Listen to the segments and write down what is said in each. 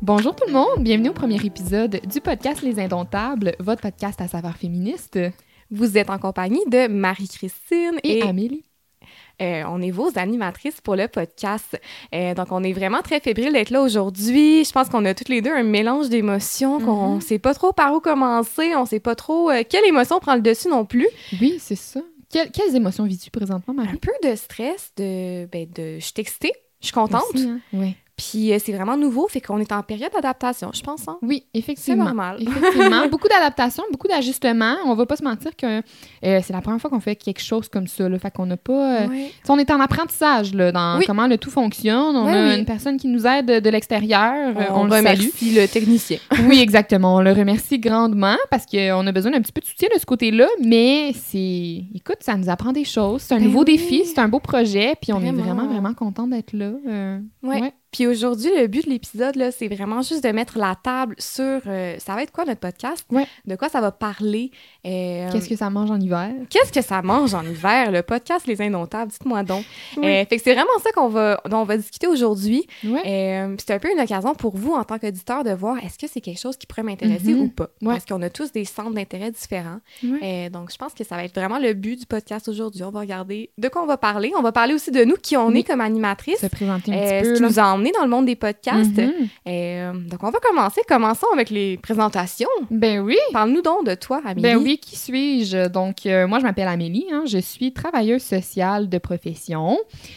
Bonjour tout le monde, bienvenue au premier épisode du podcast Les Indomptables, votre podcast à saveur féministe. Vous êtes en compagnie de Marie-Christine et Amélie. On est vos animatrices pour le podcast. Donc, on est vraiment très fébriles d'être là aujourd'hui. Je pense qu'on a toutes les deux un mélange d'émotions, qu'on ne sait pas trop par où commencer, on ne sait pas trop quelle émotion prend le dessus non plus. Oui, c'est ça. Quelles émotions vis-tu présentement, Marie? Un peu de stress, je suis excitée, je suis contente. Aussi, hein? Oui. Puis c'est vraiment nouveau, fait qu'on est en période d'adaptation, je pense. Hein? Oui, effectivement. C'est normal. Effectivement. Beaucoup d'adaptations, beaucoup d'ajustements. On va pas se mentir que c'est la première fois qu'on fait quelque chose comme ça. Là. Fait qu'on n'a pas... On est en apprentissage là, dans comment le tout fonctionne. On a une personne qui nous aide de l'extérieur. On le remercie le technicien. Oui, exactement. On le remercie grandement parce qu'on a besoin d'un petit peu de soutien de ce côté-là. Mais c'est... Écoute, ça nous apprend des choses. C'est un nouveau défi, c'est un beau projet. Puis on est vraiment, vraiment content d'être là. Ouais. Puis aujourd'hui, le but de l'épisode, là, c'est vraiment juste de mettre la table sur... ça va être quoi notre podcast? Ouais. De quoi ça va parler? Qu'est-ce que ça mange en hiver? Qu'est-ce que ça mange en hiver? Le podcast Les Indomptables, dites-moi donc. Oui. Fait que c'est vraiment ça dont on va discuter aujourd'hui. Ouais. C'est un peu une occasion pour vous, en tant qu'auditeur, de voir est-ce que c'est quelque chose qui pourrait m'intéresser ou pas? Ouais. Parce qu'on a tous des centres d'intérêt différents. Ouais. Donc, je pense que ça va être vraiment le but du podcast aujourd'hui. On va regarder de quoi on va parler. On va parler aussi de nous, qui on est comme animatrice. Se présenter un petit peu. Ce qui nous a emmenés dans le monde des podcasts. Mm-hmm. Donc, on va commencer. Commençons avec les présentations. Ben oui. Parle-nous donc de toi, Amélie. Ben oui, qui suis-je? Donc, moi, je m'appelle Amélie. Hein, je suis travailleuse sociale de profession.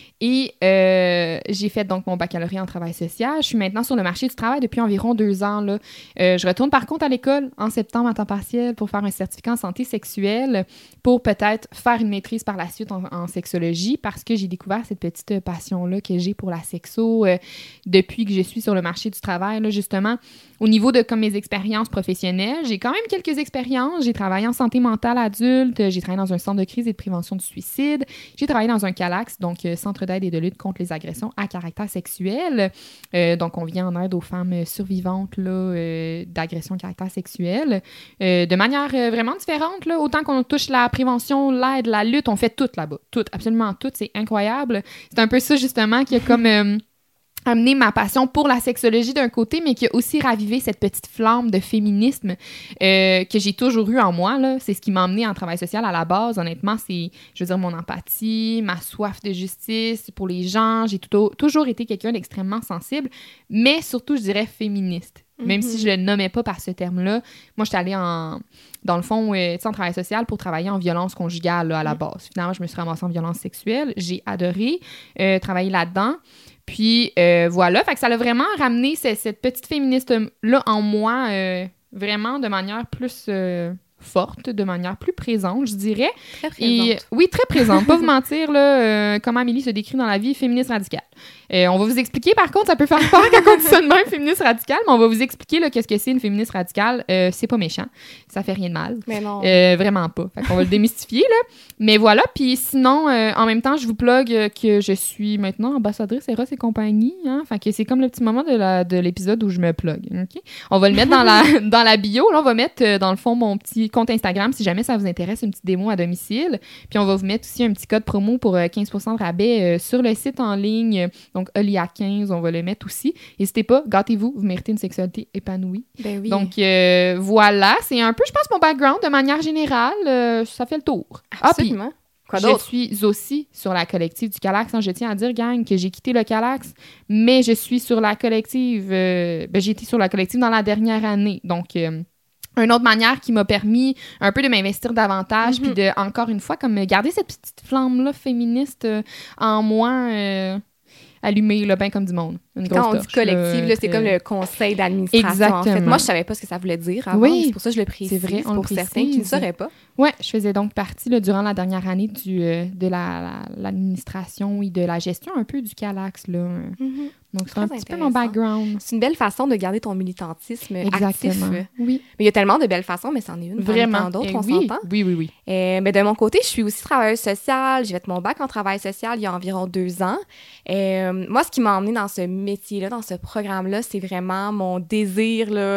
Et j'ai fait donc mon baccalauréat en travail social. Je suis maintenant sur le marché du travail depuis environ 2 ans. Là. Je retourne par contre à l'école en septembre à temps partiel pour faire un certificat en santé sexuelle pour peut-être faire une maîtrise par la suite en sexologie parce que j'ai découvert cette petite passion-là que j'ai pour la sexo depuis que je suis sur le marché du travail. Là, justement, au niveau de comme mes expériences professionnelles, j'ai quand même quelques expériences. J'ai travaillé en santé mentale adulte, j'ai travaillé dans un centre de crise et de prévention du suicide, j'ai travaillé dans un CALAX, donc Centre d'aide et de lutte contre les agressions à caractère sexuel. Donc, on vient en aide aux femmes survivantes là, d'agressions à caractère sexuel. De manière vraiment différente, là, autant qu'on touche la prévention, l'aide, la lutte, on fait tout là-bas. Tout, absolument tout. C'est incroyable. C'est un peu ça, justement, qui a comme... amener ma passion pour la sexologie d'un côté, mais qui a aussi ravivé cette petite flamme de féminisme que j'ai toujours eu en moi. Là. C'est ce qui m'a emmenée en travail social à la base. Honnêtement, c'est, je veux dire, mon empathie, ma soif de justice pour les gens. J'ai toujours été quelqu'un d'extrêmement sensible, mais surtout, je dirais, féministe. Même si je le nommais pas par ce terme-là. Moi, j'étais allée dans le fond, en travail social pour travailler en violence conjugale là, à la base. Finalement, je me suis ramassée en violence sexuelle. J'ai adoré travailler là-dedans. Puis voilà, fait que ça l'a vraiment ramené cette petite féministe-là en moi, vraiment de manière plus forte, de manière plus présente, je dirais. Très présente. Oui, très présente. Pas vous mentir, là, comment Amélie se décrit dans la vie, féministe radicale. On va vous expliquer, par contre, ça peut faire peur quand on dit ça de même, féministe radicale, mais on va vous expliquer là, qu'est-ce que c'est une féministe radicale. C'est pas méchant, ça fait rien de mal. Mais non. Vraiment pas. Fait qu'on va le démystifier, là. Mais voilà, puis sinon, en même temps, je vous plug que je suis maintenant ambassadrice Eros et compagnie. Hein? Fait que c'est comme le petit moment de l'épisode où je me plug. Okay? On va le mettre dans la bio. Là, on va mettre, dans le fond, mon petit compte Instagram, si jamais ça vous intéresse, une petite démo à domicile. Puis on va vous mettre aussi un petit code promo pour 15% de rabais sur le site en ligne. Donc, Olia15, on va le mettre aussi. N'hésitez pas, gâtez-vous, vous méritez une sexualité épanouie. Ben oui. Donc, voilà, c'est un peu, je pense, mon background de manière générale. Ça fait le tour. Absolument. Quoi d'autre? Je suis aussi sur la collective du CALAX. Hein. Je tiens à dire, gang, que j'ai quitté le CALAX, mais je suis sur la collective. J'ai été sur la collective dans la dernière année. Donc, une autre manière qui m'a permis un peu de m'investir davantage, puis de, encore une fois, comme garder cette petite flamme-là féministe en moi... allumé, là, ben comme du monde. Une grosse Quand on dit collective, là, c'est comme le conseil d'administration. Exactement. En fait. Moi, je savais pas ce que ça voulait dire avant. Oui, c'est pour ça que je le précise. C'est vrai, on pour certains qui ne sauraient pas. Oui, je faisais donc partie, là, durant la dernière année de l'administration et de la gestion un peu du CALAX, là. Donc, c'est un petit peu mon background. C'est une belle façon de garder ton militantisme actif. Oui. Mais il y a tellement de belles façons, mais c'en est une. Vraiment. D'autres, on oui. s'entend. Oui. Mais de mon côté, je suis aussi travailleuse sociale. J'ai fait mon bac en travail social il y a environ 2 ans. Moi, ce qui m'a emmenée dans ce métier-là, dans ce programme-là, c'est vraiment mon désir là,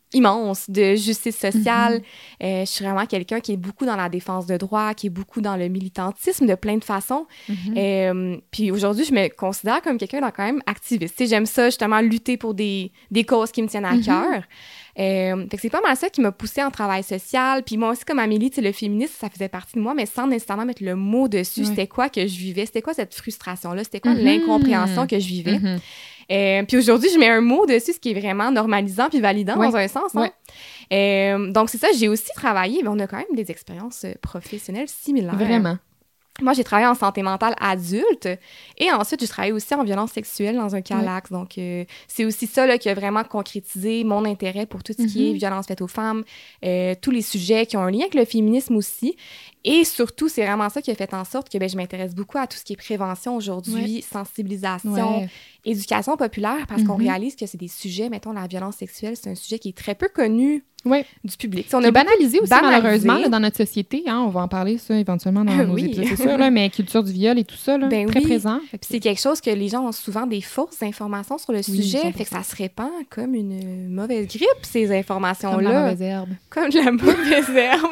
immense de justice sociale. Je suis vraiment quelqu'un qui est beaucoup dans la défense de droit, qui est beaucoup dans le militantisme de plein de façons. Puis aujourd'hui, je me considère comme quelqu'un quand même activiste. Tu sais, j'aime ça, justement, lutter pour des causes qui me tiennent à cœur. Fait que c'est pas mal ça qui m'a poussée en travail social. Puis moi aussi, comme Amélie, tu sais, le féminisme, ça faisait partie de moi, mais sans nécessairement mettre le mot dessus. C'était quoi que je vivais? C'était quoi cette frustration-là? C'était quoi l'incompréhension que je vivais? Puis aujourd'hui, je mets un mot dessus, ce qui est vraiment normalisant puis validant dans un sens. Hein? Donc c'est ça, j'ai aussi travaillé, mais on a quand même des expériences professionnelles similaires. Vraiment. Moi, j'ai travaillé en santé mentale adulte et ensuite, j'ai travaillé aussi en violence sexuelle dans un CALAX. Donc, c'est aussi ça là, qui a vraiment concrétisé mon intérêt pour tout ce qui est violence faite aux femmes, tous les sujets qui ont un lien avec le féminisme aussi. Et surtout, c'est vraiment ça qui a fait en sorte que je m'intéresse beaucoup à tout ce qui est prévention aujourd'hui, sensibilisation, éducation populaire, parce qu'on réalise que c'est des sujets, mettons, la violence sexuelle, c'est un sujet qui est très peu connu du public. On a banalisé aussi, malheureusement, là, dans notre société. Hein, on va en parler, ça, éventuellement, dans nos épisodes, c'est sûr, là, mais culture du viol et tout ça, là, très présent. Puis c'est quelque chose que les gens ont souvent des fausses informations sur le sujet, fait que ça se répand comme une mauvaise grippe, ces informations-là. Comme la mauvaise herbe. Comme de la mauvaise herbe.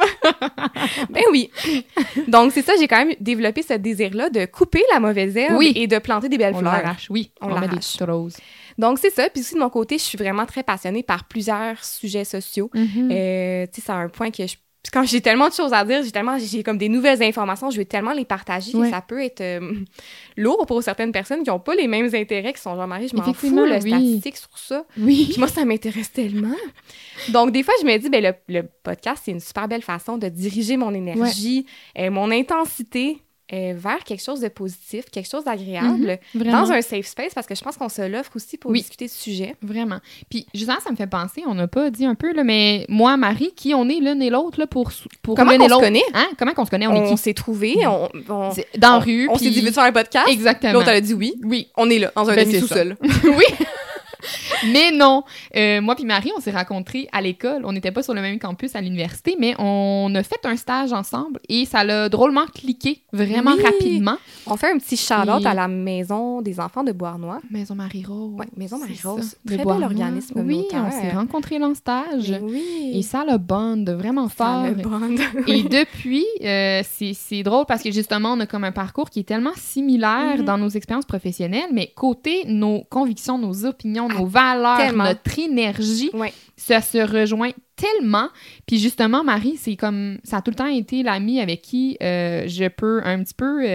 Ben oui. Donc, c'est ça, j'ai quand même développé ce désir-là de couper la mauvaise herbe et de planter des belles fleurs. L'arrache, on met des petites roses. Donc, c'est ça. Puis aussi, de mon côté, je suis vraiment très passionnée par plusieurs sujets sociaux. Tu sais, c'est un point que quand j'ai tellement de choses à dire, j'ai comme des nouvelles informations, je vais tellement les partager que ça peut être lourd pour certaines personnes qui n'ont pas les mêmes intérêts, qui sont genre, Marie, je m'en fous, le statistique sur ça. Puis moi, ça m'intéresse tellement. Donc, des fois, je me dis, le podcast, c'est une super belle façon de diriger mon énergie, mon intensité vers quelque chose de positif, quelque chose d'agréable, dans un safe space, parce que je pense qu'on se l'offre aussi pour discuter ce sujet. Vraiment. Puis, justement, ça me fait penser, on n'a pas dit un peu, là, mais moi, Marie, qui on est l'une et l'autre, là, pour comment l'une et l'autre? On se connaît? Hein? Comment qu'on se connaît? On s'est trouvés, dans la rue. On s'est dit, veux-tu faire un podcast? Exactement. L'autre, elle a dit oui. Oui. On est là, dans un demi-sous-sol. Oui. Mais non, moi puis Marie, on s'est rencontrés à l'école. On n'était pas sur le même campus à l'université, mais on a fait un stage ensemble et ça l'a drôlement cliqué vraiment rapidement. On fait un petit shout-out à la Maison des enfants de Beauharnois. Maison Marie-Rose. Oui, Maison Marie-Rose. Très bel organisme communautaire. Oui, on s'est rencontrés dans le stage. Oui. Et ça le bond vraiment fort. Ça le bond. Et depuis, c'est drôle parce que justement, on a comme un parcours qui est tellement similaire dans nos expériences professionnelles, mais côté nos convictions, nos opinions, nos valeurs, notre énergie, ça se rejoint tellement. Puis justement, Marie, c'est comme... Ça a tout le temps été l'amie avec qui je peux un petit peu...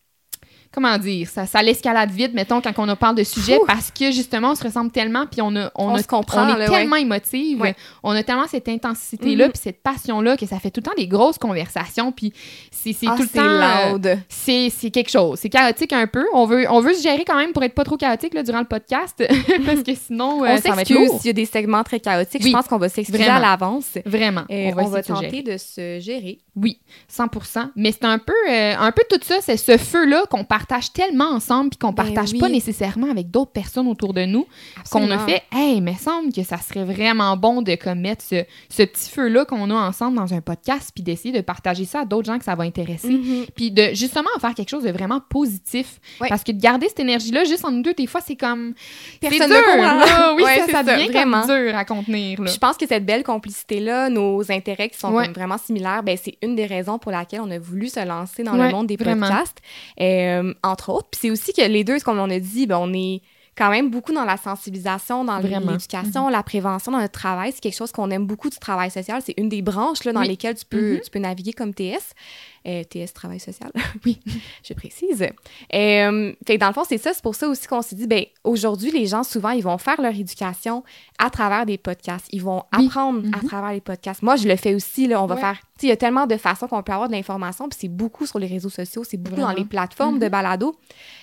comment dire, ça l'escalade vite, mettons, quand on parle de sujets, parce que, justement, on se ressemble tellement, puis on se comprend, on est tellement émotive, on a tellement cette intensité-là, puis cette passion-là, que ça fait tout le temps des grosses conversations, puis c'est tout le temps... loud. C'est quelque chose. C'est chaotique un peu. On veut se gérer quand même pour être pas trop chaotique, là, durant le podcast, parce que sinon, ça va être lourd. S'il y a des segments très chaotiques, je pense qu'on va s'excuser à l'avance. Vraiment. On va tenter de se gérer. Oui, 100%. Mais c'est un peu tout ça, c'est ce feu-là qu'on partage tellement ensemble puis qu'on partage pas nécessairement avec d'autres personnes autour de nous. Absolument. Qu'on a fait, hey, il me semble que ça serait vraiment bon de mettre ce petit feu-là qu'on a ensemble dans un podcast puis d'essayer de partager ça à d'autres gens que ça va intéresser. Puis de justement en faire quelque chose de vraiment positif. Parce que de garder cette énergie-là juste en nous deux, des fois, c'est comme... Personne c'est dur, ne comprend. Là. Oui, ça devient vraiment dur à contenir. Là. Je pense que cette belle complicité-là, nos intérêts qui sont comme vraiment similaires, c'est une des raisons pour laquelle on a voulu se lancer dans le monde des podcasts, entre autres. Puis c'est aussi que les deux, comme on a dit, on est quand même beaucoup dans la sensibilisation, dans l'éducation, la prévention dans notre travail. C'est quelque chose qu'on aime beaucoup du travail social. C'est une des branches là, dans lesquelles tu peux naviguer comme TS. TS, travail social. Oui, je précise. Fait que dans le fond, c'est ça. C'est pour ça aussi qu'on s'est dit, aujourd'hui, les gens, souvent, ils vont faire leur éducation à travers des podcasts. Ils vont apprendre à travers les podcasts. Moi, je le fais aussi. Là, on va faire... Il y a tellement de façons qu'on peut avoir de l'information, puis c'est beaucoup sur les réseaux sociaux, c'est beaucoup dans les plateformes de balado.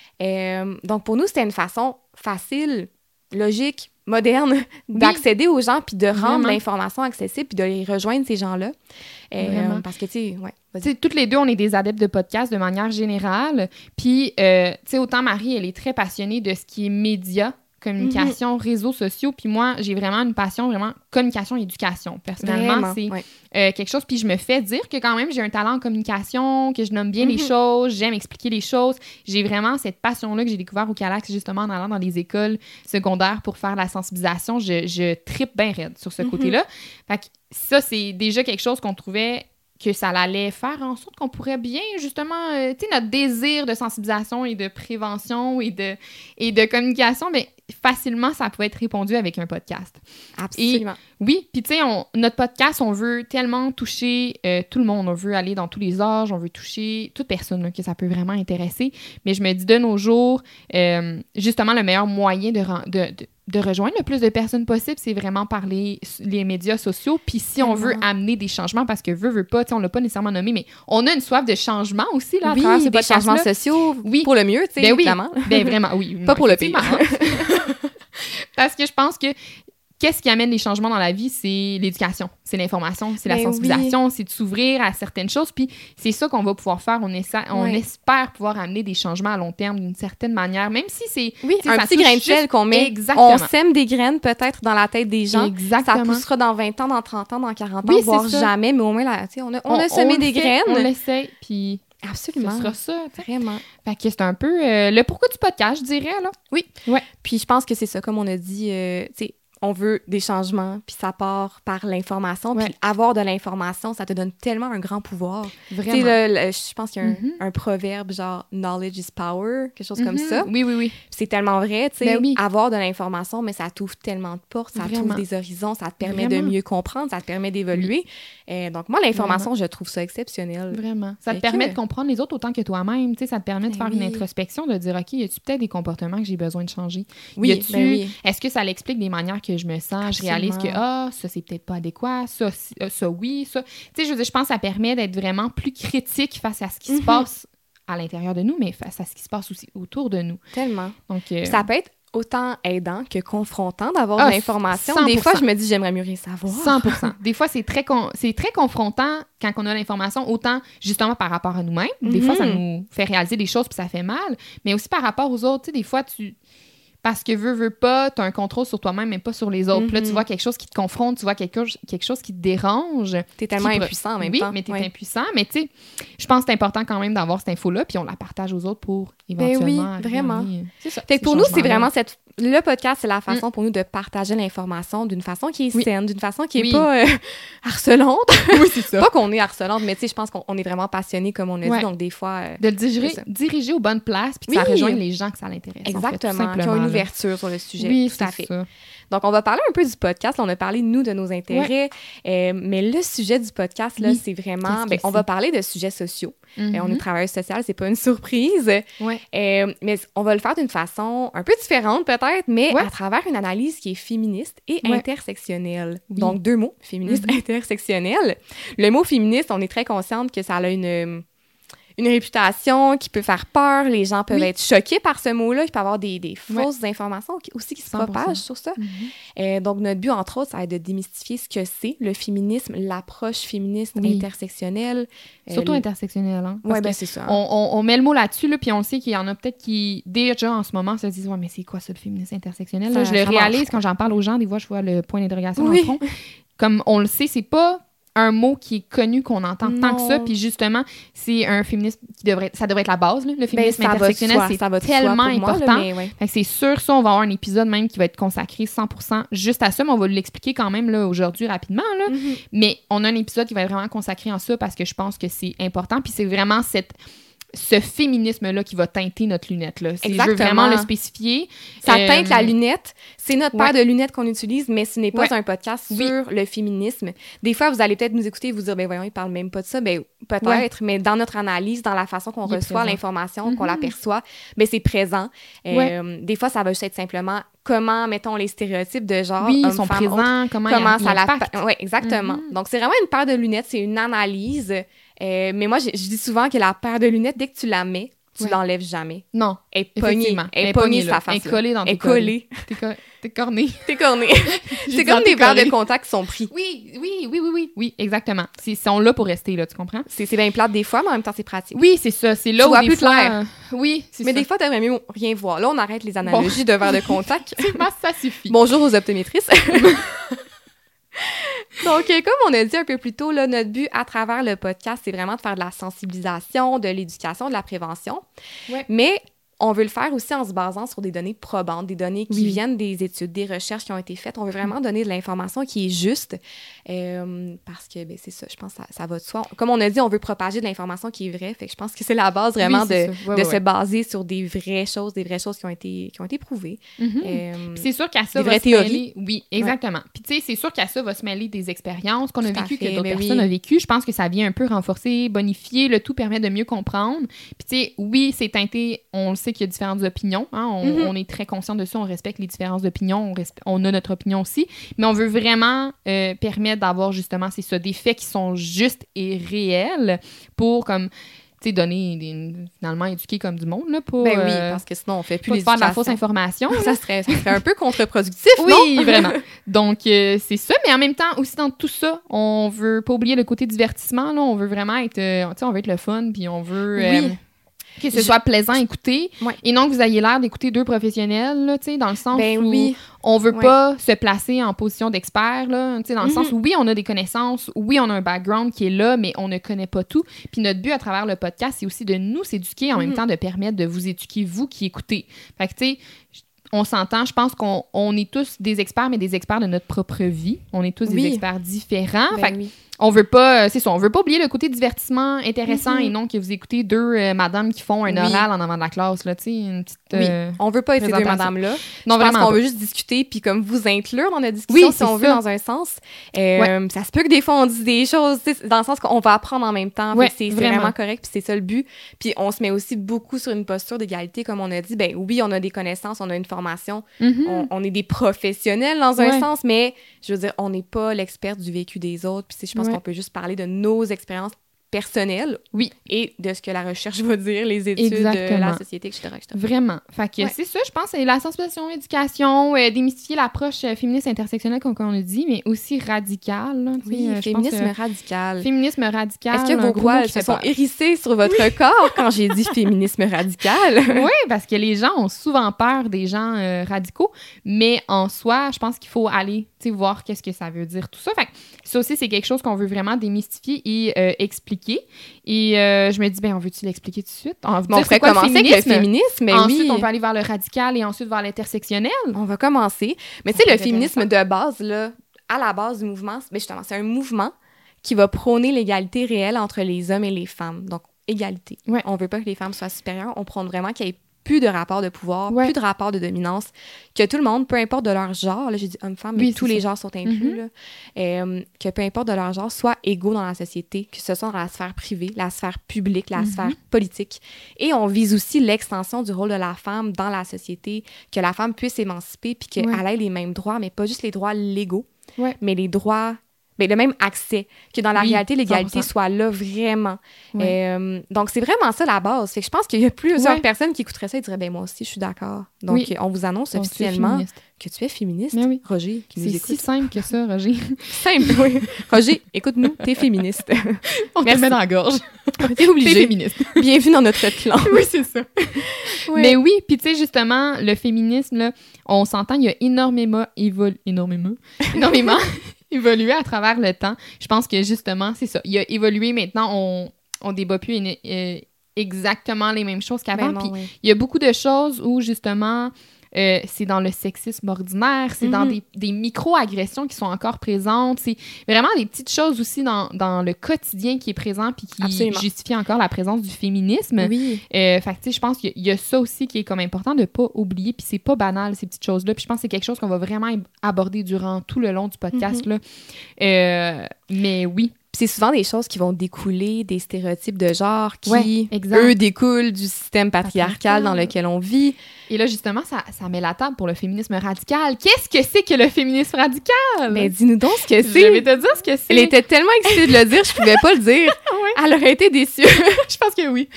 Donc, pour nous, c'était une façon facile, logique, moderne d'accéder aux gens puis de rendre l'information accessible puis de les rejoindre, ces gens-là. Parce que, tu sais, toutes les deux, on est des adeptes de podcasts de manière générale. Puis, tu sais, autant Marie, elle est très passionnée de ce qui est média communication, réseaux sociaux. Puis moi, j'ai vraiment une passion, vraiment communication et éducation. Personnellement, c'est quelque chose. Puis je me fais dire que quand même, j'ai un talent en communication, que je nomme bien les choses, j'aime expliquer les choses. J'ai vraiment cette passion-là que j'ai découvert au Calax, justement, en allant dans les écoles secondaires pour faire la sensibilisation. Je trippe bien raide sur ce côté-là. Fait que ça, c'est déjà quelque chose qu'on trouvait que ça allait faire en sorte qu'on pourrait bien, justement, tu sais, notre désir de sensibilisation et de prévention et de communication, mais facilement, ça pouvait être répondu avec un podcast. Absolument. Et, oui, puis tu sais, notre podcast, on veut tellement toucher tout le monde. On veut aller dans tous les âges, on veut toucher toute personne là, que ça peut vraiment intéresser. Mais je me dis, de nos jours, justement, le meilleur moyen de rejoindre le plus de personnes possible, c'est vraiment par les médias sociaux. Puis si on veut amener des changements, parce que veut pas, on l'a pas nécessairement nommé, mais on a une soif de changement aussi là, à travers ce des changements sociaux pour le mieux, tu sais, évidemment. Ben vraiment, oui. Pas pour le pire. Parce que je pense que qu'est-ce qui amène les changements dans la vie, c'est l'éducation, c'est l'information, c'est la sensibilisation, c'est de s'ouvrir à certaines choses. Puis c'est ça qu'on va pouvoir faire. On espère pouvoir amener des changements à long terme d'une certaine manière, même si c'est... Oui, un petit grain de sel qu'on met. Exactement. On sème des graines peut-être dans la tête des gens. Exactement. Ça poussera dans 20 ans, dans 30 ans, dans 40 ans, voire jamais. Mais au moins, là, on a semé des graines. On l'essaie, puis... Absolument. Ce sera ça, vraiment. Fait que c'est un peu le pourquoi du podcast, je dirais, là. Oui. Ouais. Puis je pense que c'est ça, comme on a dit, tu sais, on veut des changements, puis ça part par l'information. Puis avoir de l'information, ça te donne tellement un grand pouvoir. Vraiment. Tu sais, je pense qu'il y a un proverbe genre « knowledge is power », quelque chose comme ça. Oui. C'est tellement vrai, tu sais, avoir de l'information, mais ça t'ouvre tellement de portes, ça t'ouvre des horizons, ça te permet de mieux comprendre, ça te permet d'évoluer. Donc moi, l'information, je trouve ça exceptionnel. Vraiment. Ça te permet de comprendre les autres autant que toi-même. Tu sais, ça te permet de faire une introspection, de dire « OK, y a-tu peut-être des comportements que j'ai besoin de changer? Oui, Est-ce que ça l'explique des manières que je me sens? Absolument. Je réalise que, ça, c'est peut-être pas adéquat. Ça, oui, ça. » Tu sais, je veux dire, je pense que ça permet d'être vraiment plus critique face à ce qui se passe à l'intérieur de nous, mais face à ce qui se passe aussi autour de nous. Tellement. Donc, ça peut être autant aidant que confrontant d'avoir de l'information. 100%. Des fois, je me dis, j'aimerais mieux rien savoir. 100%. Des fois, c'est très confrontant quand on a l'information, autant justement par rapport à nous-mêmes. Des fois, ça nous fait réaliser des choses puis ça fait mal, mais aussi par rapport aux autres. Tu sais, des fois, parce que veux pas, t'as un contrôle sur toi-même, mais pas sur les autres. Puis là, tu vois quelque chose qui te confronte, tu vois quelque chose qui te dérange. T'es tellement impuissant en même temps. Oui, mais t'es impuissant. Mais tu sais, je pense que c'est important quand même d'avoir cette info-là, puis on la partage aux autres pour éventuellement... oui, vraiment. C'est ça. Fait que pour nous, c'est vraiment le podcast, c'est la façon pour nous de partager l'information d'une façon qui est saine, d'une façon qui est pas harcelante. Oui, c'est ça. Pas qu'on est harcelante, mais tu sais, je pense qu'on est vraiment passionné, comme on a dit, donc des fois... de le diriger aux bonnes places, puis que ça rejoigne les gens que ça l'intéresse. Exactement, en fait, qui ont une ouverture sur le sujet. Oui, tout à fait. Ça. Donc, on va parler un peu du podcast. On a parlé, nous, de nos intérêts. Mais le sujet du podcast, là, c'est vraiment... on va parler de sujets sociaux. On est travailleuse sociale, c'est pas une surprise. Mais on va le faire d'une façon un peu différente, peut-être, mais à travers une analyse qui est féministe et intersectionnelle. Donc, 2 mots, féministe, intersectionnel. Le mot féministe, on est très consciente que ça a une réputation qui peut faire peur. Les gens peuvent être choqués par ce mot-là. Il peut y avoir des fausses informations aussi qui se propagent sur ça. Donc, notre but, entre autres, ça va être de démystifier ce que c'est le féminisme, l'approche féministe intersectionnelle. Surtout intersectionnelle, hein? Oui, bien c'est ça. On met le mot là-dessus, là, puis on sait qu'il y en a peut-être qui, déjà en ce moment, se disent « Ouais, mais c'est quoi ça, le féminisme intersectionnel? » Là, je le réalise quand j'en parle aux gens. Des fois, je vois le point d'interrogation dans le fond. Comme on le sait, c'est pas un mot qui est connu, qu'on entend tant que ça, puis justement, c'est un féminisme ça devrait être la base, là. Le féminisme intersectionnel, c'est tellement important. Fait que c'est sûr, ça, on va avoir un épisode même qui va être consacré 100% juste à ça, mais on va l'expliquer quand même là, aujourd'hui rapidement, là. Mais on a un épisode qui va être vraiment consacré en ça parce que je pense que c'est important, puis c'est vraiment ce féminisme-là qui va teinter notre lunette, là. Je veux vraiment le spécifier. Ça teinte la lunette. C'est notre paire de lunettes qu'on utilise, mais ce n'est pas un podcast sur le féminisme. Des fois, vous allez peut-être nous écouter et vous dire, ben voyons, ils parlent même pas de ça. Ben peut-être, mais dans notre analyse, dans la façon qu'on reçoit l'information, qu'on l'aperçoit, ben c'est présent. Des fois, ça va juste être simplement comment, mettons, les stéréotypes de genre ils sont présents, comment ça l'impact. Oui, exactement. Donc, c'est vraiment une paire de lunettes, c'est une analyse. Mais moi, je dis souvent que la paire de lunettes, dès que tu la mets, tu l'enlèves jamais. Non. Elle est pognée. Elle est pognée sa face. Elle est collée dans tes collée. T'es cornée. T'es cornée. C'est comme des paires de contacts qui sont pris. Oui, exactement. Ils sont là pour rester, là, tu comprends? C'est bien plate des fois, mais en même temps, c'est pratique. Oui, c'est ça. C'est là où des fois... Oui, c'est Mais ça. des fois, t'aimerais mieux rien voir. Là, on arrête les analogies de verre de contact. Ça suffit. Bonjour aux optométrices. Donc, comme on a dit un peu plus tôt, là, notre but à travers le podcast, c'est vraiment de faire de la sensibilisation, de l'éducation, de la prévention. Ouais. Mais on veut le faire aussi en se basant sur des données probantes, des données qui Oui. viennent des études, des recherches qui ont été faites. On veut vraiment donner de l'information qui est juste parce que, ben, c'est ça, je pense que ça va de soi. Comme on a dit, on veut propager de l'information qui est vraie. Fait que je pense que c'est la base vraiment de se baser sur des vraies choses qui ont été prouvées. Mm-hmm. Puis c'est sûr qu'à ça des va vraies se théories. mêler... Oui, exactement. Puis tu sais, c'est sûr qu'à ça va se mêler des expériences qu'on a Tout à vécues, fait, que d'autres ben personnes oui. ont vécues. Je pense que ça vient un peu renforcer, bonifier, le tout permet de mieux comprendre. Puis tu sais, oui, c'est teinté, on le sait qu'il y a différentes opinions, hein, on est très conscient de ça, on respecte les différences d'opinions, on a notre opinion aussi, mais on veut vraiment permettre d'avoir justement, c'est ça, des faits qui sont justes et réels pour comme... tu sais, finalement, éduquer comme du monde, là, pour... Ben oui, parce que sinon, on fait plus pas les faire de la fausse information. ça serait un peu contre-productif, non? Oui, vraiment. Donc, c'est ça. Mais en même temps, aussi dans tout ça, on veut pas oublier le côté divertissement. Là. On veut vraiment être... tu sais, on veut être le fun, puis on veut... Oui. que ce soit plaisant à écouter. Ouais. Et non que vous ayez l'air d'écouter deux professionnels, là, tu sais, dans le sens Ben où oui. on veut pas se placer en position d'expert, là, tu sais, dans le sens où oui, on a des connaissances, oui, on a un background qui est là, mais on ne connaît pas tout. Puis notre but à travers le podcast, c'est aussi de nous s'éduquer, en même temps de permettre de vous éduquer, vous qui écoutez. Fait que, tu sais, on s'entend, je pense qu'on est tous des experts, mais des experts de notre propre vie. On est tous des experts différents. Ben fait que oui. on veut pas, c'est ça, on veut pas oublier le côté divertissement intéressant et non que vous écoutez deux madames qui font un oral en avant de la classe, là, tu sais, une petite... On veut pas être ces deux présentation. madames-là. Non, Je pense vraiment qu'on pas. veut juste discuter puis comme vous inclure dans la discussion Oui, si on c'est veut ça. dans un sens. Ça se peut que des fois on dise des choses, tu sais, dans le sens qu'on va apprendre en même temps. Ouais, Fait que c'est vraiment. vraiment correct puis c'est ça le but. Puis on se met aussi beaucoup sur une posture d'égalité comme on a dit. Ben oui, on a des connaissances, on a une formation, on est des professionnels dans un sens, mais je veux dire, on n'est pas l'expert du vécu des autres. Puis je pense qu'on peut juste parler de nos expériences personnelles et de ce que la recherche va dire, les études, la société, etc. Vraiment. Fait que c'est ça, je pense, c'est la sensibilisation, l'éducation, démystifier l'approche féministe intersectionnelle, comme on a dit, mais aussi radicale. Là, féminisme radical. Féminisme radical. Est-ce que vos poils se sont hérissés sur votre corps quand j'ai dit féminisme radical? Oui, parce que les gens ont souvent peur des gens radicaux, mais en soi, je pense qu'il faut aller voir qu'est-ce que ça veut dire, tout ça. Fait que ça aussi, c'est quelque chose qu'on veut vraiment démystifier et expliquer. Et je me dis, on veut-tu l'expliquer tout de suite? On pourrait commencer avec le féminisme, mais ensuite, on peut aller vers le radical et ensuite vers l'intersectionnel. On va commencer. Mais tu sais, le féminisme de base, là, à la base du mouvement, justement, c'est un mouvement qui va prôner l'égalité réelle entre les hommes et les femmes. Donc, égalité. Ouais. On veut pas que les femmes soient supérieures. On prône vraiment qu'il y ait plus de rapport de pouvoir, Ouais. plus de rapport de dominance, que tout le monde, peu importe de leur genre, là, j'ai dit homme-femme, mais Oui, tous c'est les ça. genres sont inclus, là, que peu importe de leur genre, soient égaux dans la société, que ce soit dans la sphère privée, la sphère publique, la sphère politique. Et on vise aussi l'extension du rôle de la femme dans la société, que la femme puisse s'émanciper puis qu'elle ait les mêmes droits, mais pas juste les droits légaux, mais les droits... le même accès, que dans la réalité, l'égalité 100%. soit là vraiment. Ouais. Donc, c'est vraiment ça la base. Fait que je pense qu'il y a plusieurs personnes qui écouteraient ça et diraient, moi aussi, je suis d'accord. Donc, on vous annonce officiellement que tu es féministe, Roger, qui nous C'est écoute. si simple que ça, Roger. Simple, oui. Roger, écoute-nous, t'es féministe. On te met dans la gorge. T'es obligé. T'es féministe. Bienvenue dans notre clan. Oui, c'est ça. Mais oui, puis tu sais, justement, le féminisme, là, on s'entend, il y a énormément évolué à travers le temps. Je pense que, justement, c'est ça. Il a évolué maintenant, on débat plus exactement les mêmes choses qu'avant. Puis il y a beaucoup de choses où, justement... c'est dans le sexisme ordinaire, c'est dans des micro-agressions qui sont encore présentes. C'est vraiment des petites choses aussi dans le quotidien qui est présent puis qui justifie encore la présence du féminisme. Oui. Fait que, tu sais, je pense qu'il y a ça aussi qui est comme important de pas oublier. Puis c'est pas banal, ces petites choses-là. Puis je pense que c'est quelque chose qu'on va vraiment aborder durant tout le long du podcast, là. Mais oui. Puis c'est souvent des choses qui vont découler des stéréotypes de genre qui, exact. eux, découlent du système patriarcal dans lequel on vit. Et là, justement, ça met la table pour le féminisme radical. Qu'est-ce que c'est que le féminisme radical? Ben, dis-nous donc ce que c'est. Je vais te dire ce que c'est. Elle était tellement excitée de le dire, je pouvais pas le dire. Oui. Elle aurait été déçue. Je pense que oui.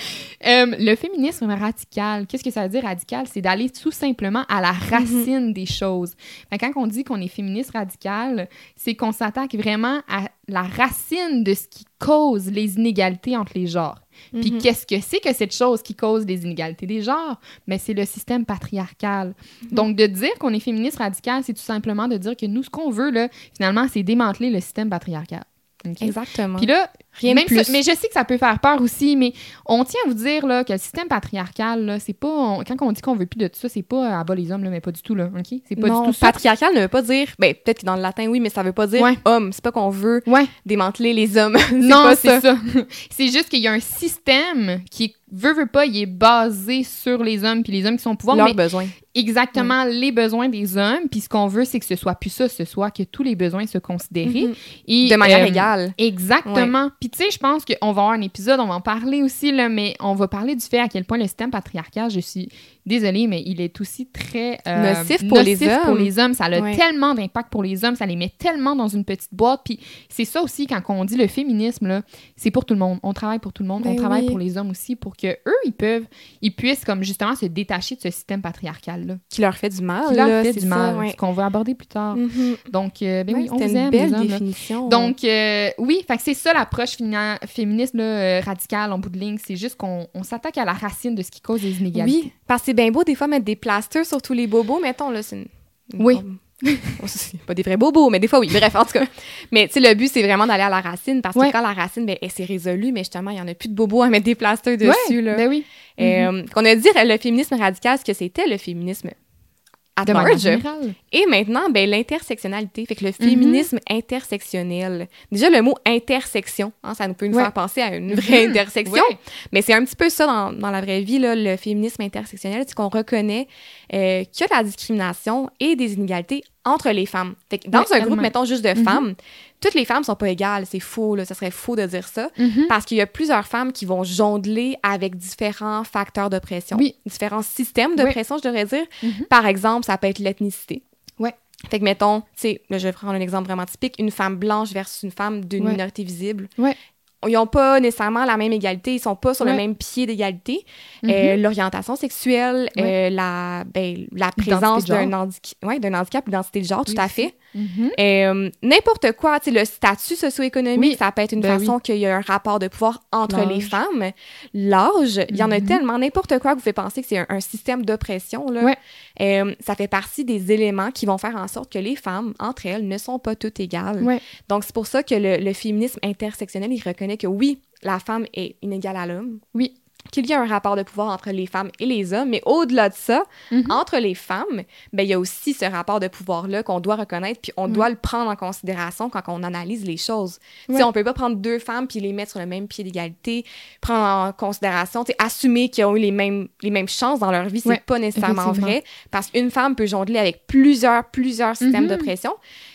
Le féminisme radical, qu'est-ce que ça veut dire radical? C'est d'aller tout simplement à la racine des choses. Fait que quand on dit qu'on est féministe radical, c'est qu'on s'attaque vraiment à la racine de ce qui cause les inégalités entre les genres. Puis qu'est-ce que c'est que cette chose qui cause les inégalités des genres? Mais c'est le système patriarcal. Donc, de dire qu'on est féministe radical, c'est tout simplement de dire que nous, ce qu'on veut, là, finalement, c'est démanteler le système patriarcal. Okay? Exactement. Puis là, rien de plus. Mais je sais que ça peut faire peur aussi, mais on tient à vous dire là, que le système patriarcal, là, c'est pas... quand on dit qu'on veut plus de tout ça, c'est pas à bas les hommes, là, mais pas du tout, là, OK? C'est pas non, du tout ça. Patriarcal ne veut pas dire... Ben, peut-être que dans le latin, oui, mais ça veut pas dire homme. C'est pas qu'on veut démanteler les hommes. Non, c'est ça. C'est juste qu'il y a un système qui, veut pas, il est basé sur les hommes, puis les hommes qui sont au pouvoir. Leurs besoins. Exactement, les besoins des hommes. Puis ce qu'on veut, c'est que ce soit plus ça, ce soit que tous les besoins soient considérés. Et, de manière égale. Exactement. Puis tu sais, je pense qu'on va avoir un épisode, on va en parler aussi, là, mais on va parler du fait à quel point le système patriarcal, je suis désolée, mais il est aussi très nocif pour les hommes. Ça a tellement d'impact pour les hommes, ça les met tellement dans une petite boîte. Puis c'est ça aussi, quand on dit le féminisme, là, c'est pour tout le monde. On travaille pour tout le monde. On travaille pour les hommes aussi, pour que eux, ils puissent comme justement se détacher de ce système patriarcal-là. Qui leur fait du mal. Qui leur fait du mal, ce qu'on va aborder plus tard. Donc, oui, on vous aime, belle les hommes, définition. Là. Donc, oui, fait que c'est ça l'approche féministe là, radicale en bout de ligne. C'est juste qu'on s'attaque à la racine de ce qui cause les inégalités. Oui, parce que c'est bien beau des fois mettre des plasters sur tous les bobos, mettons, là, c'est oui. C'est pas des vrais bobos, mais des fois, oui. Bref, en tout cas. Mais, tu sais, le but, c'est vraiment d'aller à la racine, parce que quand la racine, ben, c'est résolu, mais justement, il y en a plus de bobos à mettre des plasters dessus, là. Ben oui. Qu'on a dit le féminisme radical, ce que c'était le féminisme at large. Et maintenant, ben, l'intersectionnalité. Fait que le féminisme intersectionnel. Déjà, le mot intersection, hein, ça peut nous faire penser à une vraie intersection. Mais c'est un petit peu ça dans la vraie vie, là, le féminisme intersectionnel, c'est qu'on reconnaît qu'il y a de la discrimination et des inégalités entre les femmes. Fait que dans un groupe, mettons, juste de femmes, toutes les femmes sont pas égales. C'est faux, là. Ça serait faux de dire ça. Parce qu'il y a plusieurs femmes qui vont jongler avec différents facteurs d'oppression. Différents systèmes d'oppression, je devrais dire. Par exemple, ça peut être l'ethnicité. Fait que, mettons, tu sais, je vais prendre un exemple vraiment typique, une femme blanche versus une femme d'une minorité visible. Ils n'ont pas nécessairement la même égalité, ils sont pas sur le même pied d'égalité. L'orientation sexuelle, la présence d'un handicap, l'identité de genre, tout à fait. N'importe quoi, tu sais, le statut socio-économique, ça peut être une façon qu'il y a un rapport de pouvoir entre les femmes. L'âge, il y en a tellement, n'importe quoi que vous fait penser que c'est un système d'oppression, là. Ça fait partie des éléments qui vont faire en sorte que les femmes, entre elles, ne sont pas toutes égales. Donc, c'est pour ça que le féminisme intersectionnel, il reconnaît que oui, la femme est inégale à l'homme. Qu'il y a un rapport de pouvoir entre les femmes et les hommes, mais au-delà de ça, entre les femmes, ben, il y a aussi ce rapport de pouvoir-là qu'on doit reconnaître, puis on doit le prendre en considération quand on analyse les choses. Tu sais, on peut pas prendre deux femmes puis les mettre sur le même pied d'égalité, prendre en considération, tu sais, assumer qu'ils ont eu les mêmes chances dans leur vie, c'est pas nécessairement vrai, parce qu'une femme peut jongler avec plusieurs systèmes d'oppression.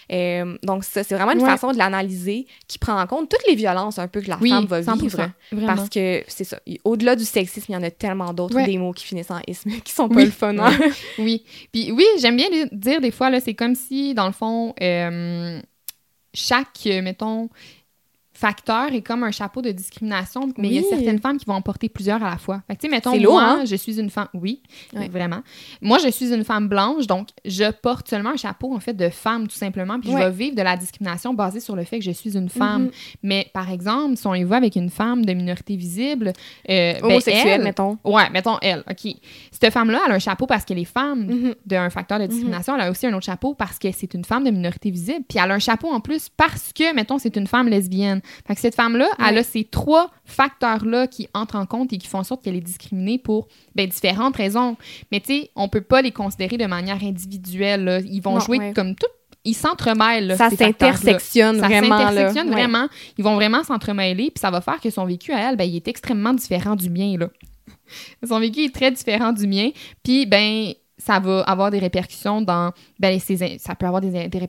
Donc, ça, c'est vraiment une façon de l'analyser qui prend en compte toutes les violences un peu que la femme va vivre. Parce que, c'est ça, au-delà du sexisme, il y en a tellement d'autres, des mots qui finissent en isme, qui sont pas le fun. Hein? Puis oui, j'aime bien dire des fois, là, c'est comme si, dans le fond, chaque, mettons, facteur est comme un chapeau de discrimination, mais il y a certaines femmes qui vont en porter plusieurs à la fois. Fait que, tu sais, mettons, moi, je suis une femme... vraiment. Moi, je suis une femme blanche, donc je porte seulement un chapeau, en fait, de femme, tout simplement, puis je vais vivre de la discrimination basée sur le fait que je suis une femme. Mais, par exemple, si on y va avec une femme de minorité visible... homosexuelle, mettons. Ouais, mettons elle, OK. Cette femme-là, elle a un chapeau parce qu'elle est femme d'un facteur de discrimination. Elle a aussi un autre chapeau parce que c'est une femme de minorité visible. Puis elle a un chapeau en plus parce que, mettons, c'est une femme lesbienne. Fait que cette femme-là, elle a ces trois facteurs-là qui entrent en compte et qui font en sorte qu'elle est discriminée pour différentes raisons. Mais tu sais, on peut pas les considérer de manière individuelle. Là. Ils vont jouer comme tout. Ils s'entremêlent. Ça s'intersectionne vraiment. Ça s'intersectionne vraiment. Ils vont vraiment s'entremêler. Puis ça va faire que son vécu à elle, il est extrêmement différent du mien. Là. Son vécu est très différent du mien. Puis, ça va avoir des répercussions dans... ça peut avoir des répercussions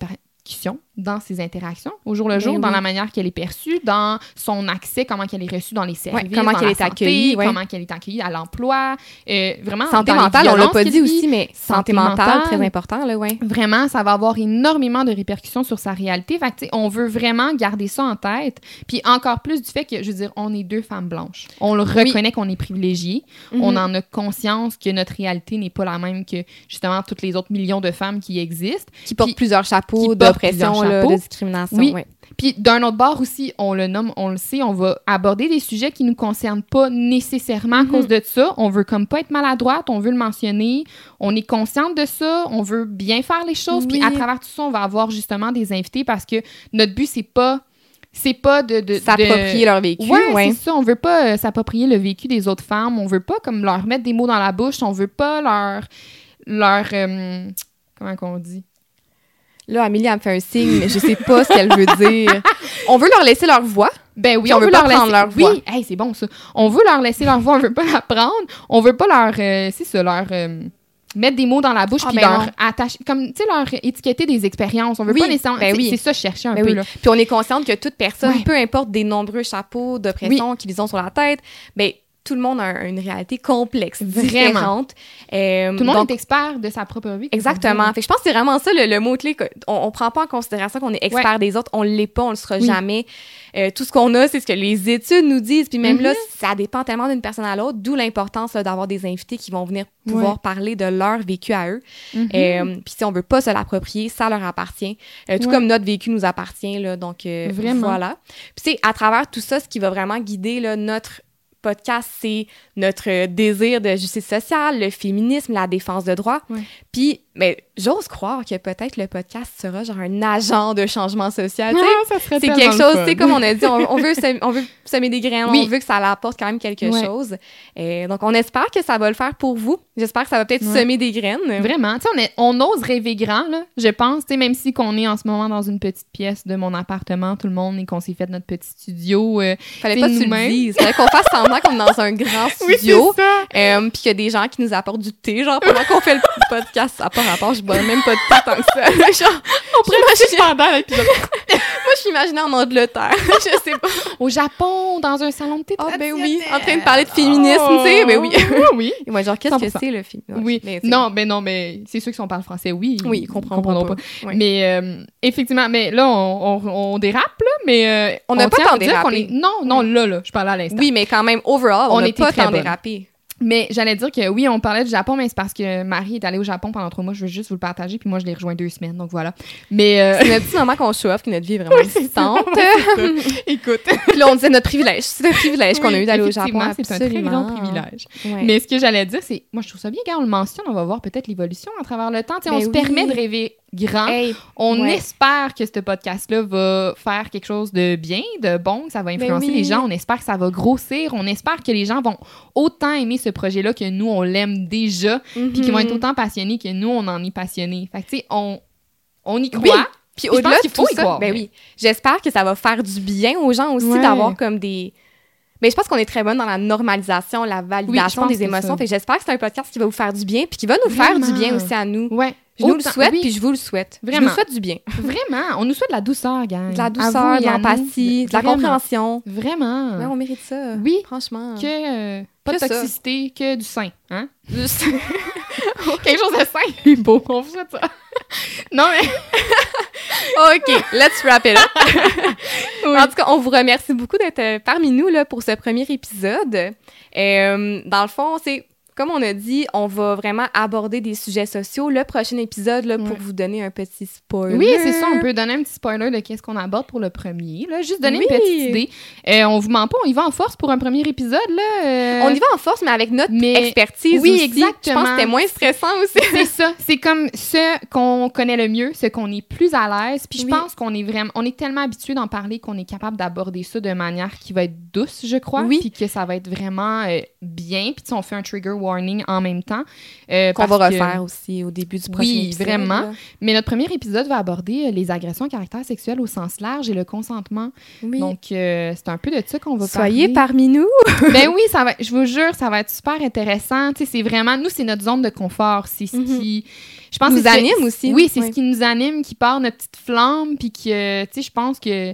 répercussions dans ses interactions au jour le jour, dans la manière qu'elle est perçue, dans son accès, comment qu'elle est reçue dans les services, comment qu'elle est accueillie, comment qu'elle est accueillie à l'emploi, vraiment santé mentale, on l'a pas dit aussi, mais santé mentale, très important, là, ouais. Vraiment, ça va avoir énormément de répercussions sur sa réalité. Fait que, tu sais, on veut vraiment garder ça en tête. Puis encore plus du fait que, je veux dire, on est 2 femmes blanches. On le reconnaît qu'on est privilégiées. On en a conscience que notre réalité n'est pas la même que, justement, toutes les autres millions de femmes qui existent. Qui portent plusieurs chapeaux d'oppression, de discrimination. Oui. Ouais. Puis d'un autre bord aussi, on le nomme, on le sait, on va aborder des sujets qui nous concernent pas nécessairement à cause de ça. On veut comme pas être maladroite, on veut le mentionner. On est consciente de ça, on veut bien faire les choses. Puis à travers tout ça, on va avoir justement des invités parce que notre but, c'est pas de s'approprier leur vécu. Ouais, c'est ça. On veut pas s'approprier le vécu des autres femmes. On veut pas comme leur mettre des mots dans la bouche. On veut pas leur comment qu'on dit? Là, Amélie, elle me fait un signe, mais je sais pas ce qu'elle veut dire. On veut leur laisser leur voix. Ben oui, on veut pas prendre leur voix. Oui, hey, c'est bon ça. On veut leur laisser leur voix, on veut pas la prendre. On veut pas leur mettre des mots dans la bouche puis leur attacher, comme, tu sais, leur étiqueter des expériences. On veut pas nécessairement... C'est ça, chercher un peu, là. Puis on est consciente que toute personne, peu importe des nombreux chapeaux d'oppression qu'ils ont sur la tête, ben tout le monde a une réalité complexe, différente. Tout le monde est expert de sa propre vie. Exactement. Fait que je pense que c'est vraiment ça le mot-clé. On prend pas en considération qu'on est expert des autres. On l'est pas, on le sera jamais. Tout ce qu'on a, c'est ce que les études nous disent. Puis même là, ça dépend tellement d'une personne à l'autre, d'où l'importance d'avoir des invités qui vont venir pouvoir parler de leur vécu à eux. Puis si on veut pas se l'approprier, ça leur appartient. Tout comme notre vécu nous appartient. Là, donc, voilà. Puis c'est à travers tout ça, ce qui va vraiment guider là, notre podcast, c'est notre désir de justice sociale, le féminisme, la défense de droits. Puis, mais j'ose croire que peut-être le podcast sera genre un agent de changement social. C'est quelque chose, tu sais, comme on a dit, on veut semer des graines, on veut que ça apporte quand même quelque chose. Et donc, on espère que ça va le faire pour vous. J'espère que ça va peut-être semer des graines. Vraiment. Tu sais, on ose rêver grand, là, je pense. Tu sais, même si qu'on est en ce moment dans une petite pièce de mon appartement, tout le monde, et qu'on s'est fait notre petit studio. Fallait pas que tu le dises. Fallait qu'on fasse semblant qu'on est dans un grand studio. Puis qu'il y a des gens qui nous apportent du thé, genre, pendant qu'on fait le podcast. Ça n'a pas rapport, je bois même pas de thé tant que ça. Genre, on pourrait imaginer pendant l'épisode. Moi, je m'imaginais en Angleterre. Je sais pas. Au Japon, dans un salon de thé. Ben oui, en train de parler de féminisme, tu sais. Ben oui. Oui. Et moi, genre, qu'est-ce que c'est le féminisme? Oui. Mais c'est sûr que si on parle français, ils comprendront pas. Oui. Mais effectivement, mais là, on dérape, là, mais on n'a pas tant dérapé. Non, là, je parlais à l'instant. Oui, mais quand même, overall, on n'a pas tant dérapé. Mais j'allais dire que oui, on parlait du Japon, mais c'est parce que Marie est allée au Japon pendant 3 mois. Je veux juste vous le partager, puis moi, je l'ai rejoint 2 semaines, donc voilà. Mais c'est notre petit moment qu'on show off, que notre vie est vraiment excitante. Écoute. Puis là, on disait notre privilège. C'est le privilège qu'on a eu d'aller au Japon. C'est un très grand privilège. Ouais. Mais ce que j'allais dire, c'est, moi, je trouve ça bien quand on le mentionne, on va voir peut-être l'évolution à travers le temps. On se permet de rêver grand. On espère que ce podcast-là va faire quelque chose de bien, de bon, que ça va influencer les gens. On espère que ça va grossir. On espère que les gens vont autant aimer ce projet-là que nous, on l'aime déjà, puis qu'ils vont être autant passionnés que nous, on en est passionnés. Fait que, tu sais, on y croit. Oui. Puis au-delà de tout ça, j'espère que ça va faire du bien aux gens aussi d'avoir comme des... Mais je pense qu'on est très bonne dans la normalisation, la validation des émotions. Fait que j'espère que c'est un podcast qui va vous faire du bien puis qui va nous faire du bien aussi à nous. Ouais. Je nous le souhaite puis je vous le souhaite. Vraiment. Je nous souhaite du bien. Vraiment. On nous souhaite de la douceur, gang. De la douceur, de l'empathie, de la compréhension. Vraiment. Ouais, on mérite ça. Oui. Franchement. Pas de toxicité, que du sain. Hein? Quelque chose de sain. C'est beau. On vous souhaite ça. Non, mais... OK, let's wrap it up. En tout cas, on vous remercie beaucoup d'être parmi nous là, pour ce premier épisode. Dans le fond, c'est... Comme on a dit, on va vraiment aborder des sujets sociaux. Le prochain épisode, là, pour vous donner un petit spoiler. Oui, c'est ça. On peut donner un petit spoiler de qu'est-ce qu'on aborde pour le premier. Là. Juste donner une petite idée. On vous ment pas, on y va en force pour un premier épisode. Là. On y va en force, mais avec notre expertise aussi. Exactement. Je pense que c'était moins stressant aussi. C'est ça. C'est comme ce qu'on connaît le mieux, ce qu'on est plus à l'aise. Puis je pense qu'on est vraiment... On est tellement habitué d'en parler qu'on est capable d'aborder ça de manière qui va être douce, je crois. Oui. Puis que ça va être vraiment bien. Puis on fait un trigger warning en même temps. Qu'on va refaire aussi au début du prochain épisode. Oui, vraiment. Là. Mais notre premier épisode va aborder les agressions à caractère sexuel au sens large et le consentement. Oui. Donc, c'est un peu de ça qu'on va parler. Soyez parmi nous! Ben oui, ça va, je vous jure, ça va être super intéressant. Tu sais, c'est vraiment... Nous, c'est notre zone de confort. C'est ce qui... je pense nous anime aussi. Oui, c'est ce qui nous anime, qui part notre petite flamme, puis que, tu sais, je pense que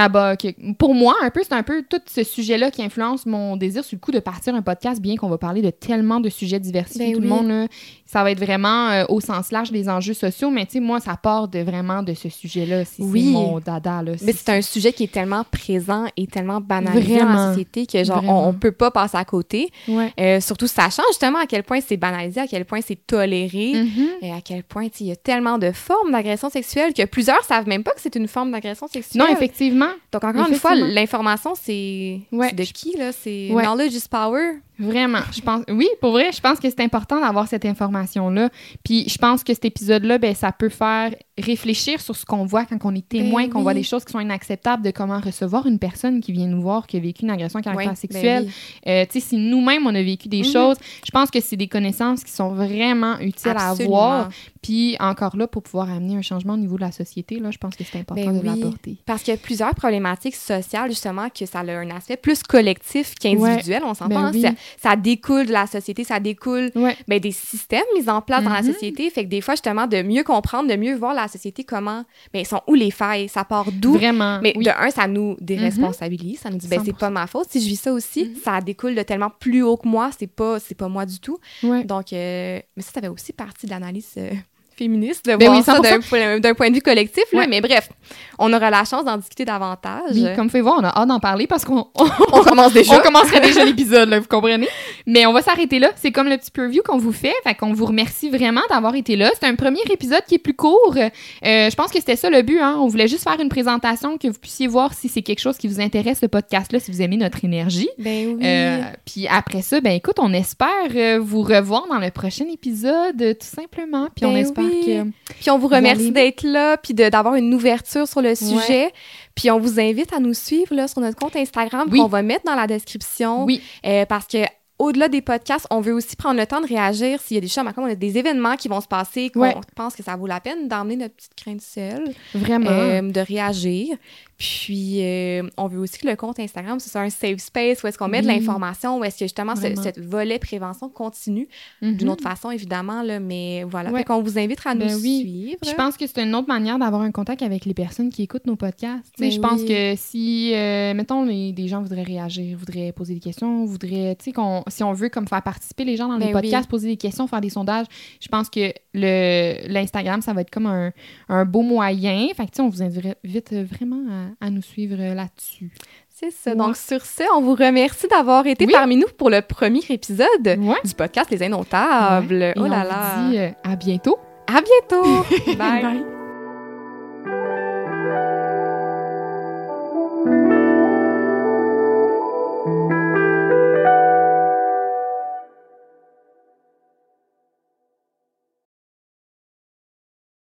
pour moi, c'est un peu tout ce sujet-là qui influence mon désir sur le coup de partir un podcast, bien qu'on va parler de tellement de sujets diversifiés. Tout le monde, là, ça va être vraiment au sens large des enjeux sociaux, mais tu sais, moi, ça part vraiment de ce sujet-là. C'est mon dada, là. Mais c'est un sujet qui est tellement présent et tellement banalisé dans la société que, genre, on peut pas passer à côté. Ouais. Surtout sachant, justement, à quel point c'est banalisé, à quel point c'est toléré, et à quel point, il y a tellement de formes d'agression sexuelle que plusieurs savent même pas que c'est une forme d'agression sexuelle. Non, effectivement. Donc, encore une fois, l'information, c'est de qui, là? C'est knowledge is power. Vraiment, je pense, oui, pour vrai, je pense que c'est important d'avoir cette information-là. Puis je pense que cet épisode-là, ben, ça peut faire réfléchir sur ce qu'on voit quand on est témoin, qu'on voit des choses qui sont inacceptables, de comment recevoir une personne qui vient nous voir, qui a vécu une agression à caractère sexuel. Tu sais, si nous-mêmes, on a vécu des choses, je pense que c'est des connaissances qui sont vraiment utiles à avoir. Puis encore là, pour pouvoir amener un changement au niveau de la société, là, je pense que c'est important de l'apporter. Parce qu'il y a plusieurs problématiques sociales, justement, que ça a un aspect plus collectif qu'individuel, on s'entend. Ça découle de la société, ça découle des systèmes mis en place dans la société. Fait que des fois, justement, de mieux comprendre, de mieux voir la société, comment, sont où les failles, ça part d'où. Vraiment. Mais de un, ça nous déresponsabilise, ça nous dit, c'est pas ma faute si je vis ça aussi. Ça découle de tellement plus haut que moi, c'est pas moi du tout. Donc, mais ça fait aussi partie de l'analyse féministe, de voir ça d'un point de vue collectif, là, mais bref, on aura la chance d'en discuter davantage. Oui, comme vous pouvez voir, on a hâte d'en parler parce qu'on commence déjà. On commencerait déjà l'épisode, là, vous comprenez? Mais on va s'arrêter là. C'est comme le petit preview qu'on vous fait. Fait qu'on vous remercie vraiment d'avoir été là. C'est un premier épisode qui est plus court. Je pense que c'était ça le but, hein. On voulait juste faire une présentation, que vous puissiez voir si c'est quelque chose qui vous intéresse, ce podcast-là, si vous aimez notre énergie. Ben oui. Puis après ça, ben écoute, on espère vous revoir dans le prochain épisode, tout simplement. Puis on espère Puis on vous remercie d'être là, puis d'avoir une ouverture sur le sujet. Puis on vous invite à nous suivre là, sur notre compte Instagram qu'on va mettre dans la description. Parce que au-delà des podcasts, on veut aussi prendre le temps de réagir s'il y a des choses, comme on a des événements qui vont se passer, qu'on pense que ça vaut la peine d'emmener notre petite grain de sel. Vraiment. De réagir. Puis, on veut aussi que le compte Instagram, ce soit un safe space où est-ce qu'on met de l'information, où est-ce que justement ce volet prévention continue d'une autre façon, évidemment, là, mais voilà. Fait qu'on vous invite à nous suivre. Je pense que c'est une autre manière d'avoir un contact avec les personnes qui écoutent nos podcasts. Je pense que si, mettons, des gens voudraient réagir, voudraient poser des questions, voudraient, tu sais, si on veut comme faire participer les gens dans les podcasts, poser des questions, faire des sondages, je pense que l'Instagram, ça va être comme un beau moyen. Fait que, tu sais, on vous invite vraiment à nous suivre là-dessus. C'est ça. Donc, sur ce, on vous remercie d'avoir été parmi nous pour le premier épisode du podcast Les Indomptables. Oh là là! On vous dit à bientôt! À bientôt! Bye! Bye.